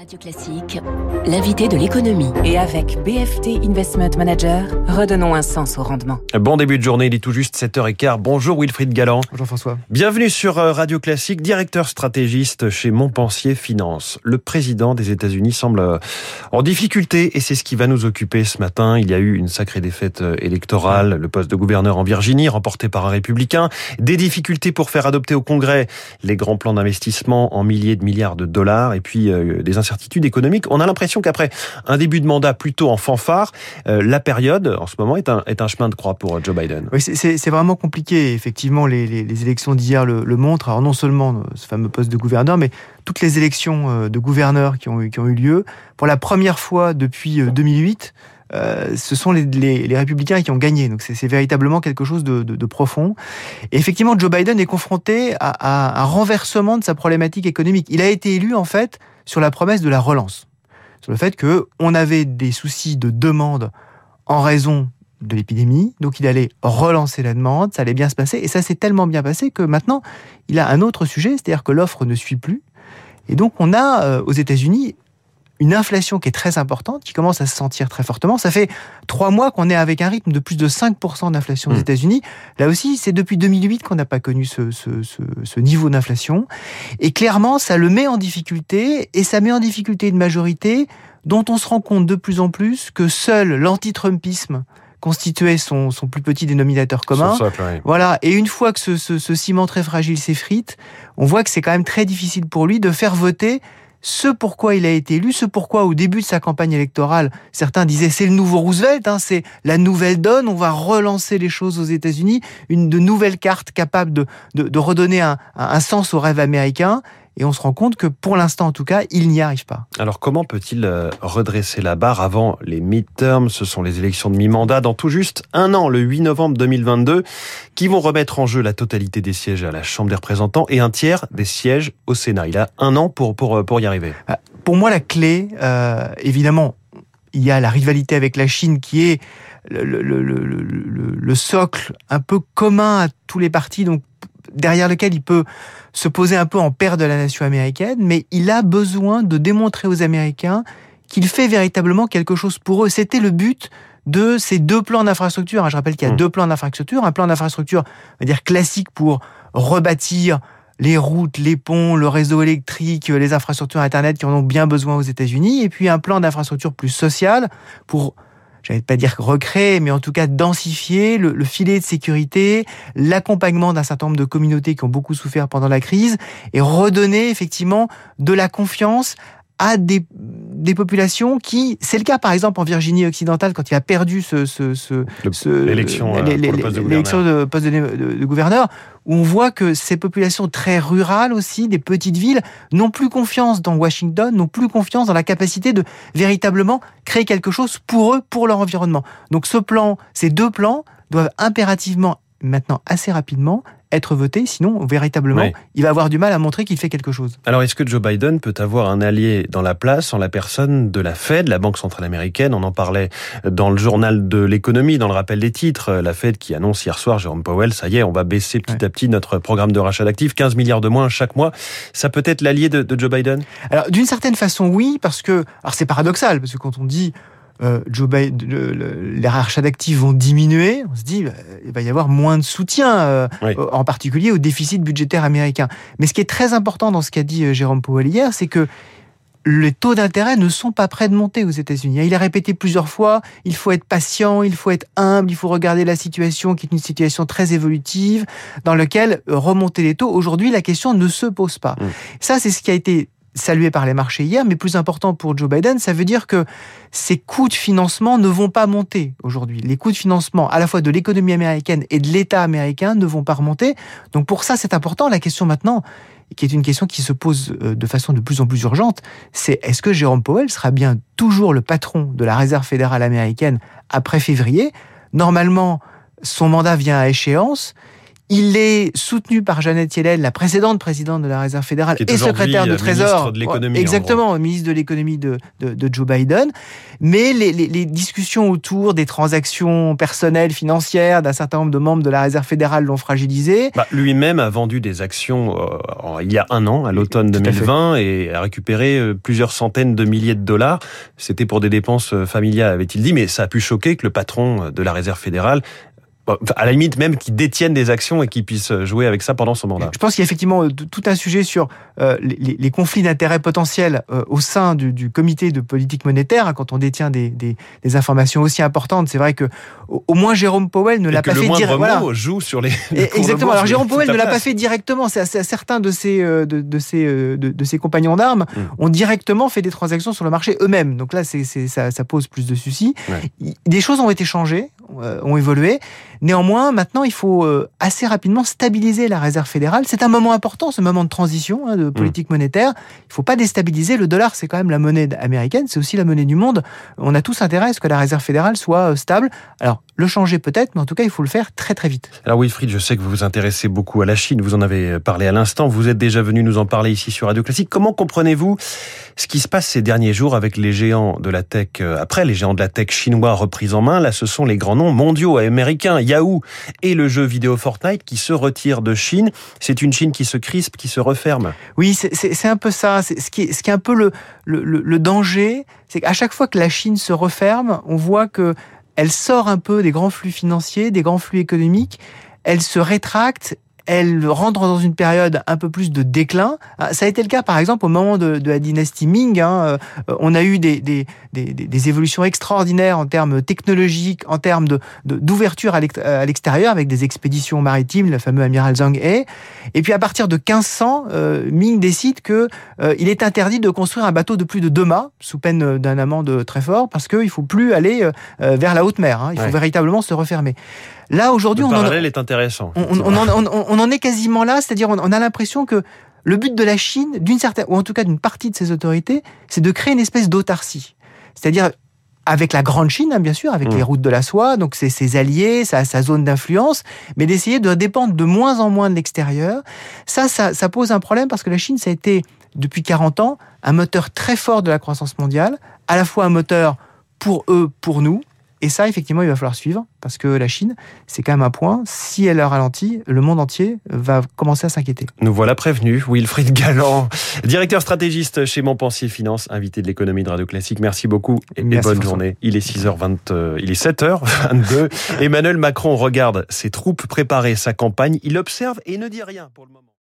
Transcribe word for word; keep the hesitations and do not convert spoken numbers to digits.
Radio Classique, l'invité de l'économie. Et avec B F T Investment Manager, redonnons un sens au rendement. Bon début de journée, il est tout juste sept heures quinze. Bonjour Wilfried Galland. Bonjour François. Bienvenue sur Radio Classique, directeur stratégiste chez Montpensier Finance. Le président des États-Unis semble en difficulté et c'est ce qui va nous occuper ce matin. Il y a eu une sacrée défaite électorale, le poste de gouverneur en Virginie, remporté par un républicain. Des difficultés pour faire adopter au Congrès les grands plans d'investissement en milliers de milliards de dollars et puis euh, des incertitudes économiques. On a l'impression qu'après un début de mandat plutôt en fanfare, euh, la période en ce moment est un, est un chemin de croix pour Joe Biden. Oui, c'est, c'est, c'est vraiment compliqué. Effectivement, les, les, les élections d'hier le, le montrent. Alors non seulement ce fameux poste de gouverneur, mais toutes les élections de gouverneurs qui ont eu, qui ont eu lieu. Pour la première fois depuis deux mille huit, Euh, ce sont les, les, les républicains qui ont gagné. Donc c'est, c'est véritablement quelque chose de, de, de profond. Et effectivement, Joe Biden est confronté à, à un renversement de sa problématique économique. Il a été élu, en fait, sur la promesse de la relance. Sur le fait qu'on avait des soucis de demande en raison de l'épidémie. Donc il allait relancer la demande, ça allait bien se passer. Et ça s'est tellement bien passé que maintenant, il a un autre sujet, c'est-à-dire que l'offre ne suit plus. Et donc on a, euh, aux États-Unis, une inflation qui est très importante, qui commence à se sentir très fortement. Ça fait trois mois qu'on est avec un rythme de plus de cinq pour cent d'inflation aux mmh. États-Unis. Là aussi, c'est depuis deux mille huit qu'on n'a pas connu ce, ce, ce, ce niveau d'inflation. Et clairement, ça le met en difficulté, et ça met en difficulté une majorité dont on se rend compte de plus en plus que seul l'anti-Trumpisme constituait son, son plus petit dénominateur commun. Socle, oui. Voilà. Et une fois que ce, ce, ce ciment très fragile s'effrite, on voit que c'est quand même très difficile pour lui de faire voter ce pourquoi il a été élu, ce pourquoi au début de sa campagne électorale, certains disaient c'est le nouveau Roosevelt, hein, c'est la nouvelle donne, on va relancer les choses aux États-Unis, une de nouvelles cartes capables de, de, de redonner un, un sens au rêve américain. Et on se rend compte que, pour l'instant en tout cas, il n'y arrive pas. Alors comment peut-il redresser la barre avant les midterms? Ce sont les élections de mi-mandat dans tout juste un an, le huit novembre deux mille vingt-deux, qui vont remettre en jeu la totalité des sièges à la Chambre des représentants et un tiers des sièges au Sénat. Il a un an pour, pour, pour y arriver. Pour moi, la clé, euh, évidemment, il y a la rivalité avec la Chine qui est le, le, le, le, le, le socle un peu commun à tous les partis, donc derrière lequel il peut se poser un peu en père de la nation américaine, mais il a besoin de démontrer aux Américains qu'il fait véritablement quelque chose pour eux. C'était le but de ces deux plans d'infrastructure. Je rappelle qu'il y a mmh. deux plans d'infrastructure. Un plan d'infrastructure, on va dire classique, pour rebâtir les routes, les ponts, le réseau électrique, les infrastructures Internet qui en ont bien besoin aux États-Unis. Et puis un plan d'infrastructure plus social pour, j'allais pas dire recréer, mais en tout cas densifier le, le filet de sécurité, l'accompagnement d'un certain nombre de communautés qui ont beaucoup souffert pendant la crise et redonner effectivement de la confiance à des, des populations qui, c'est le cas par exemple en Virginie occidentale quand il a perdu ce, ce, ce, le, ce l'élection, les, les, pour le poste de l'élection de poste de, de, de gouverneur, où on voit que ces populations très rurales aussi, des petites villes, n'ont plus confiance dans Washington, n'ont plus confiance dans la capacité de véritablement créer quelque chose pour eux, pour leur environnement. Donc ce plan, ces deux plans doivent impérativement, maintenant assez rapidement, être voté, sinon véritablement, oui. il va avoir du mal à montrer qu'il fait quelque chose. Alors est-ce que Joe Biden peut avoir un allié dans la place en la personne de la Fed, la Banque centrale américaine? On en parlait dans le journal de l'économie, dans le rappel des titres, la Fed qui annonce hier soir, Jérôme Powell, ça y est, on va baisser petit ouais. à petit notre programme de rachat d'actifs, quinze milliards de moins chaque mois. Ça peut être l'allié de, de Joe Biden? Alors d'une certaine façon oui, parce que, alors c'est paradoxal, parce que quand on dit Euh, Joe Biden, le, le, les rachats d'actifs vont diminuer, on se dit bah, il va y avoir moins de soutien, euh, oui. en particulier au déficit budgétaire américain. Mais ce qui est très important dans ce qu'a dit euh, Jérôme Powell hier, c'est que les taux d'intérêt ne sont pas prêts de monter aux États-Unis. Il a répété plusieurs fois, il faut être patient, il faut être humble, il faut regarder la situation qui est une situation très évolutive, dans laquelle remonter les taux, aujourd'hui, la question ne se pose pas. Mmh. Ça, c'est ce qui a été salué par les marchés hier, mais plus important pour Joe Biden, ça veut dire que ces coûts de financement ne vont pas monter aujourd'hui. Les coûts de financement, à la fois de l'économie américaine et de l'État américain, ne vont pas remonter. Donc pour ça, c'est important. La question maintenant, qui est une question qui se pose de façon de plus en plus urgente, c'est est-ce que Jérôme Powell sera bien toujours le patron de la Réserve fédérale américaine après février ? Normalement, son mandat vient à échéance. Il est soutenu par Janet Yellen, la précédente présidente de la Réserve fédérale et secrétaire de Trésor. De l'économie, exactement, ministre de l'économie de, de, de Joe Biden. Mais les, les, les discussions autour des transactions personnelles, financières d'un certain nombre de membres de la Réserve fédérale l'ont fragilisé. Bah, lui-même a vendu des actions euh, il y a un an, à l'automne deux mille vingt, et a récupéré euh, plusieurs centaines de milliers de dollars. C'était pour des dépenses familiales, avait-il dit, mais ça a pu choquer que le patron de la Réserve fédérale, à la limite même qu'ils détiennent des actions et qu'ils puissent jouer avec ça pendant son mandat. Je pense qu'il y a effectivement tout un sujet sur euh, les, les conflits d'intérêts potentiels euh, au sein du, du comité de politique monétaire, hein, quand on détient des, des, des informations aussi importantes. C'est vrai que au, au moins Jérôme Powell ne et l'a pas fait directement. Voilà. joue sur les. Et, exactement. Alors Jérôme Powell ne l'a pas fait directement. C'est, c'est certains de ses de, de ses de, de ses compagnons d'armes mmh. ont directement fait des transactions sur le marché eux-mêmes. Donc là, c'est, c'est ça, ça pose plus de soucis. Ouais. Des choses ont été changées, euh, ont évolué. Néanmoins, maintenant, il faut euh, assez rapidement stabiliser la Réserve fédérale. C'est un moment important, ce moment de transition hein, de politique mmh. monétaire. Il ne faut pas déstabiliser. Le dollar, c'est quand même la monnaie américaine, c'est aussi la monnaie du monde. On a tous intérêt à ce que la Réserve fédérale soit euh, stable. Alors, le changer peut-être, mais en tout cas, il faut le faire très très vite. Alors Wilfried, je sais que vous vous intéressez beaucoup à la Chine. Vous en avez parlé à l'instant. Vous êtes déjà venu nous en parler ici sur Radio Classique. Comment comprenez-vous ce qui se passe ces derniers jours avec les géants de la tech, euh, après les géants de la tech chinois repris en main? Là, ce sont les grands noms mondiaux américains, Yahoo et le jeu vidéo Fortnite qui se retirent de Chine. C'est une Chine qui se crispe, qui se referme. Oui, c'est, c'est, c'est un peu ça. C'est, ce, qui est, ce qui est un peu le, le, le danger, c'est qu'à chaque fois que la Chine se referme, on voit que elle sort un peu des grands flux financiers, des grands flux économiques, elle se rétracte, elle rentre dans une période un peu plus de déclin. Ça a été le cas, par exemple, au moment de, de la dynastie Ming. Hein. On a eu des, des, des, des évolutions extraordinaires en termes technologiques, en termes de, de, d'ouverture à l'extérieur, avec des expéditions maritimes, le fameux amiral Zhang He. Et puis, à partir de quinze cents, euh, Ming décide que euh, il est interdit de construire un bateau de plus de deux mâts, sous peine d'un amende très fort, parce qu'il ne faut plus aller euh, vers la haute mer. Hein. Il faut ouais. véritablement se refermer. Là, aujourd'hui, le on parallèle en, est intéressant. On, on, on, on, on en est quasiment là, c'est-à-dire on, on a l'impression que le but de la Chine, d'une certaine, ou en tout cas d'une partie de ses autorités, c'est de créer une espèce d'autarcie. C'est-à-dire avec la grande Chine, hein, bien sûr, avec mmh. les routes de la soie, donc c'est ses alliés, sa, sa zone d'influence, mais d'essayer de dépendre de moins en moins de l'extérieur. Ça, ça, ça pose un problème parce que la Chine, ça a été, depuis quarante ans, un moteur très fort de la croissance mondiale, à la fois un moteur pour eux, pour nous. Et ça, effectivement, il va falloir suivre, parce que la Chine, c'est quand même un point. Si elle ralentit, le monde entier va commencer à s'inquiéter. Nous voilà prévenus. Wilfried Galland, directeur stratégiste chez Montpensier Finance, invité de l'économie de Radio Classique. Merci beaucoup et Merci bonne François. Journée. Il est six heures vingt, euh, il est sept heures vingt-deux. Emmanuel Macron regarde ses troupes préparer sa campagne. Il observe et ne dit rien pour le moment.